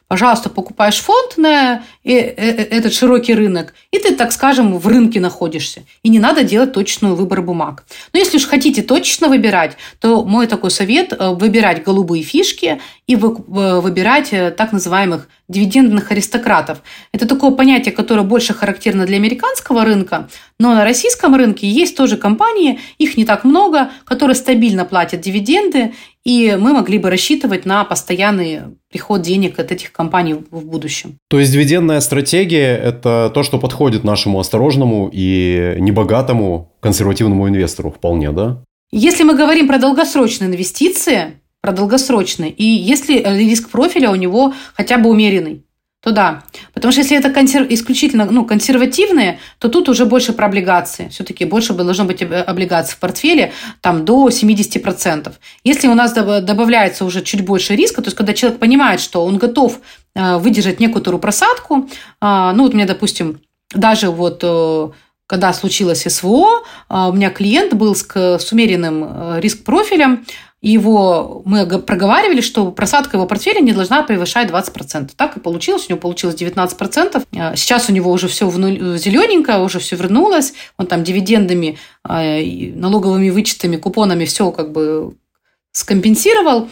Пожалуйста, покупаешь фонд на этот широкий рынок, и ты, так скажем, в рынке находишься. И не надо делать точный выбор бумаг. Но если уж хотите точно выбирать, то мой такой совет – выбирать голубые фишки и выбирать так называемых дивидендных аристократов. Это такое понятие, которое больше характерно для американского рынка, но на российском рынке есть тоже компании, их не так много, которые стабильно платят дивиденды, и мы могли бы рассчитывать на постоянный приход денег от этих компаний в будущем. То есть дивидендная стратегия – это то, что подходит нашему осторожному и небогатому консервативному инвестору вполне, да? Если мы говорим про долгосрочные инвестиции, про долгосрочные, и если риск профиля у него хотя бы умеренный, то да. Потому что если это консер... исключительно ну, консервативные, то тут уже больше про облигации. Все-таки больше должно быть облигаций в портфеле там, до семьдесят процентов. Если у нас добавляется уже чуть больше риска, то есть когда человек понимает, что он готов выдержать некоторую просадку, ну вот у меня, допустим, даже вот когда случилось СВО, у меня клиент был с, с умеренным риск-профилем, его мы проговаривали, что просадка его портфеля не должна превышать двадцать процентов. Так и получилось. У него получилось девятнадцать процентов. Сейчас у него уже все зелененькое, уже все вернулось. Он там дивидендами, налоговыми вычетами, купонами все как бы скомпенсировал.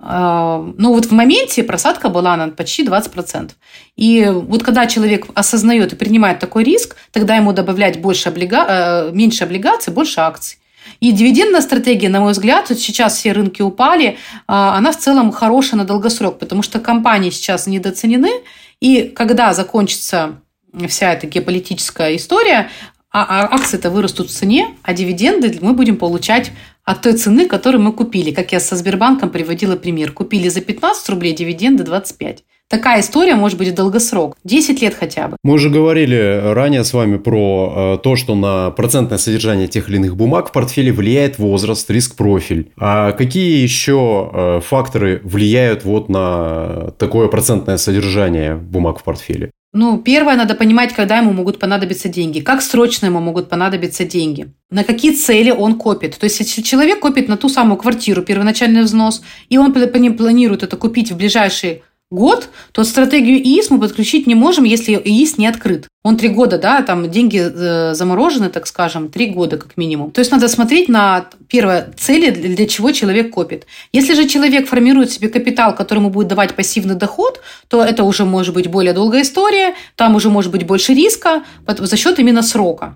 Но вот в моменте просадка была на почти двадцать процентов. И вот когда человек осознает и принимает такой риск, тогда ему добавлять больше облига... меньше облигаций, больше акций. И дивидендная стратегия, на мой взгляд, вот сейчас все рынки упали, она в целом хорошая на долгосрок, потому что компании сейчас недооценены, и когда закончится вся эта геополитическая история, а акции-то вырастут в цене, а дивиденды мы будем получать от той цены, которую мы купили. Как я со Сбербанком приводила пример. Купили за пятнадцать рублей, дивиденды двадцать пять. Такая история может быть в долгосрок. десять лет хотя бы. Мы уже говорили ранее с вами про то, что на процентное содержание тех или иных бумаг в портфеле влияет возраст, риск-профиль. А какие еще факторы влияют вот на такое процентное содержание бумаг в портфеле? Ну, первое, надо понимать, когда ему могут понадобиться деньги, как срочно ему могут понадобиться деньги, на какие цели он копит. То есть, если человек копит на ту самую квартиру, первоначальный взнос, и он планирует это купить в ближайший год, то стратегию ИИС мы подключить не можем, если ИИС не открыт. Он три года, да, там деньги заморожены, так скажем, три года как минимум. То есть надо смотреть на, первое, цели, для чего человек копит. Если же человек формирует себе капитал, который ему будет давать пассивный доход, то это уже может быть более долгая история, там уже может быть больше риска за счет именно срока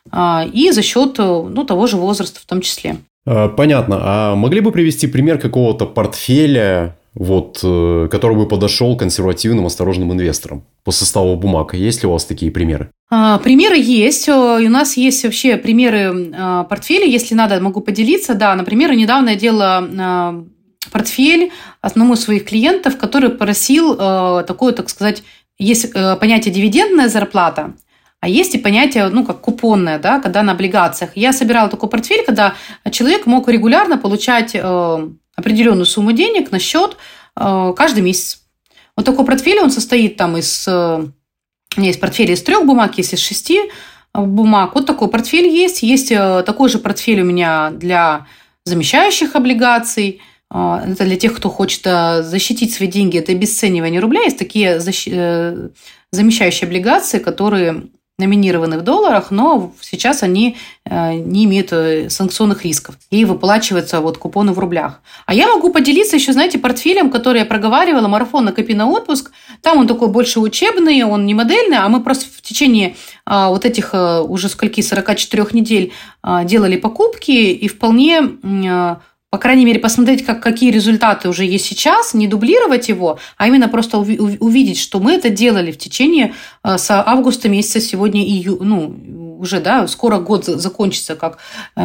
и за счет ну, того же возраста в том числе. Понятно. А могли бы привести пример какого-то портфеля, вот, который бы подошел консервативным, осторожным инвесторам по составу бумаг? Есть ли у вас такие примеры? А, примеры есть. И у нас есть вообще примеры а, портфеля. Если надо, могу поделиться. Да, например, недавно я делала а, портфель одному из своих клиентов, который просил а, такое, так сказать, есть а, понятие дивидендная зарплата, а есть и понятие, ну, как купонное, да, когда на облигациях. Я собирала такой портфель, когда человек мог регулярно получать а, определенную сумму денег на счет э, каждый месяц. Вот такой портфель, он состоит там из... Э, у меня есть портфель из трех бумаг, есть из шести бумаг. Вот такой портфель есть. Есть э, такой же портфель у меня для замещающих облигаций. Э, это для тех, кто хочет э, защитить свои деньги от обесценивания рубля. Есть такие защ... э, замещающие облигации, которые номинированы в долларах, но сейчас они не имеют санкционных рисков. И выплачиваются вот купоны в рублях. А я могу поделиться еще, знаете, портфелем, который я проговаривала, марафон «Накопи на отпуск». Там он такой больше учебный, он не модельный, а мы просто в течение вот этих уже скольки, сорок четыре недель делали покупки и вполне... по крайней мере, посмотреть, как, какие результаты уже есть сейчас, не дублировать его, а именно просто увидеть, что мы это делали в течение с августа месяца, сегодня июль, ну, уже, да, скоро год закончится, как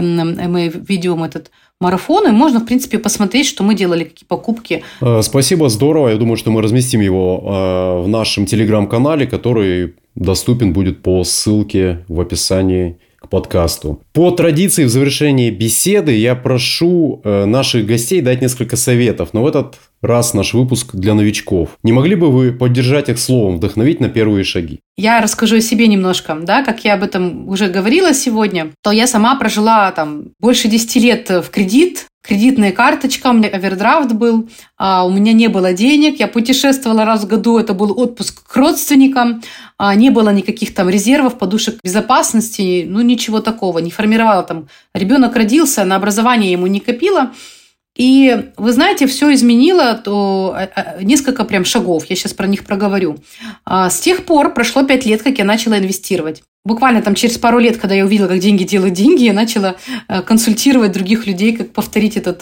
мы ведем этот марафон, и можно, в принципе, посмотреть, что мы делали, какие покупки. Спасибо, здорово. Я думаю, что мы разместим его в нашем телеграм-канале, который доступен будет по ссылке в описании к подкасту. По традиции в завершении беседы я прошу э, наших гостей дать несколько советов, но в этот раз наш выпуск для новичков. Не могли бы вы поддержать их словом, вдохновить на первые шаги? Я расскажу о себе немножко, да, как я об этом уже говорила сегодня, то я сама прожила там больше десяти лет в кредит, кредитная карточка, у меня овердрафт был, у меня не было денег, я путешествовала раз в году, это был отпуск к родственникам, не было никаких там резервов, подушек безопасности, ну ничего такого, не формировала там. Ребенок родился, на образование ему не копила. И, вы знаете, все изменило то несколько прям шагов, я сейчас про них проговорю. С тех пор прошло пять лет, как я начала инвестировать. Буквально там через пару лет, когда я увидела, как деньги делают деньги, я начала консультировать других людей, как повторить этот,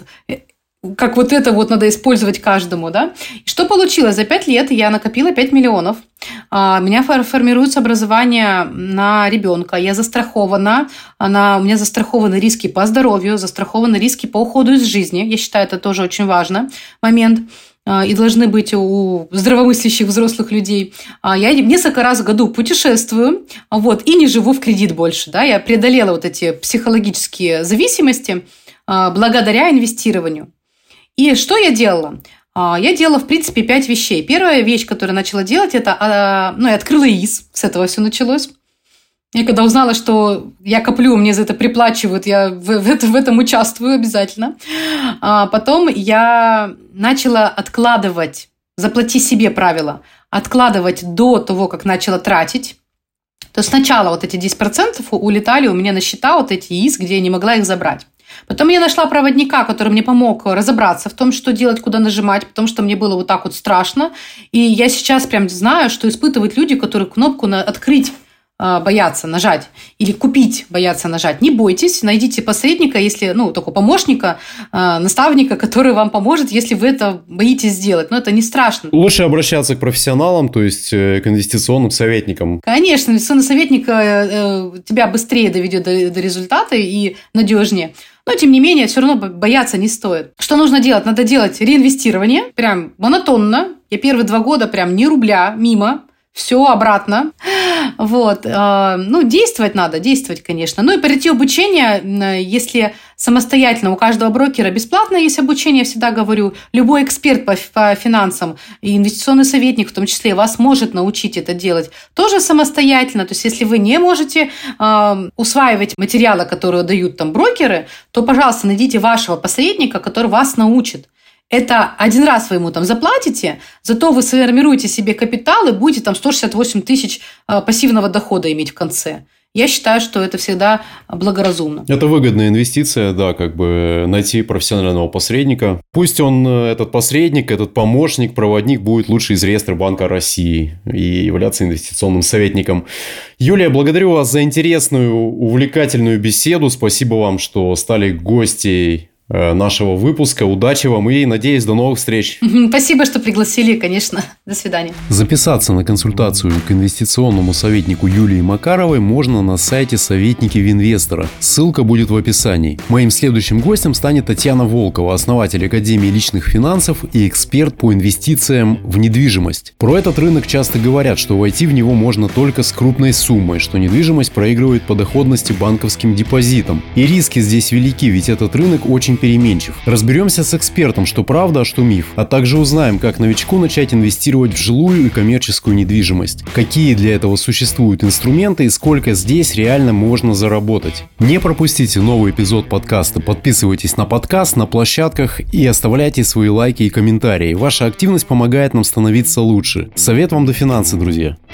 как вот это вот надо использовать каждому, да. И что получилось? За пять лет я накопила пять миллионов. У меня формируется образование на ребенка. Я застрахована. Она, у меня застрахованы риски по здоровью, застрахованы риски по уходу из жизни. Я считаю, это тоже очень важный момент. И должны быть у здравомыслящих взрослых людей. Я несколько раз в году путешествую, вот, и не живу в кредит больше. Да? Я преодолела вот эти психологические зависимости благодаря инвестированию. И что я делала? Я делала, в принципе, пять вещей. Первая вещь, которую я начала делать, это, ну, я открыла ИИС. С этого все началось. Я когда узнала, что я коплю, мне за это приплачивают, я в, в, это, в этом участвую обязательно. А потом я начала откладывать, заплати себе правило, откладывать до того, как начала тратить. То есть сначала вот эти десять процентов улетали у меня на счета, вот эти ИИС, где я не могла их забрать. Потом я нашла проводника, который мне помог разобраться в том, что делать, куда нажимать, потому что мне было вот так вот страшно. И я сейчас прям знаю, что испытывают люди, которые кнопку на «открыть» боятся нажать или купить боятся нажать. Не бойтесь, найдите посредника, если, ну, такого помощника, наставника, который вам поможет, если вы это боитесь сделать. Но это не страшно. Лучше обращаться к профессионалам, то есть к инвестиционным советникам. Конечно, инвестиционный советник тебя быстрее доведет до, до результата и надежнее. Но, тем не менее, все равно бояться не стоит. Что нужно делать? Надо делать реинвестирование, прям монотонно. Я первые два года прям ни рубля мимо, все обратно. Вот. Ну, действовать надо, действовать, конечно. Ну, и пройти обучение, если самостоятельно, у каждого брокера бесплатно есть обучение, я всегда говорю, любой эксперт по, по финансам и инвестиционный советник в том числе вас может научить это делать тоже самостоятельно. То есть, если вы не можете э, усваивать материалы, которые дают там брокеры, то, пожалуйста, найдите вашего посредника, который вас научит. Это один раз вы ему там заплатите, зато вы сформируете себе капитал и будете там сто шестьдесят восемь тысяч пассивного дохода иметь в конце. Я считаю, что это всегда благоразумно. Это выгодная инвестиция, да, как бы найти профессионального посредника. Пусть он, этот посредник, этот помощник, проводник будет лучше из реестра Банка России и являться инвестиционным советником. Юлия, благодарю вас за интересную, увлекательную беседу. Спасибо вам, что стали гостьей нашего выпуска. Удачи вам и, надеюсь, до новых встреч. Спасибо, что пригласили, конечно. До свидания. Записаться на консультацию к инвестиционному советнику Юлии Макаровой можно на сайте «Советники Винвестора». Ссылка будет в описании. Моим следующим гостем станет Татьяна Волкова, основатель Академии личных финансов и эксперт по инвестициям в недвижимость. Про этот рынок часто говорят, что войти в него можно только с крупной суммой, что недвижимость проигрывает по доходности банковским депозитам. И риски здесь велики, ведь этот рынок очень переменчив. Разберемся с экспертом, что правда, а что миф, а также узнаем, как новичку начать инвестировать в жилую и коммерческую недвижимость, какие для этого существуют инструменты и сколько здесь реально можно заработать. Не пропустите новый эпизод подкаста, подписывайтесь на подкаст на площадках и оставляйте свои лайки и комментарии. Ваша активность помогает нам становиться лучше. Совет вам до финансы, друзья!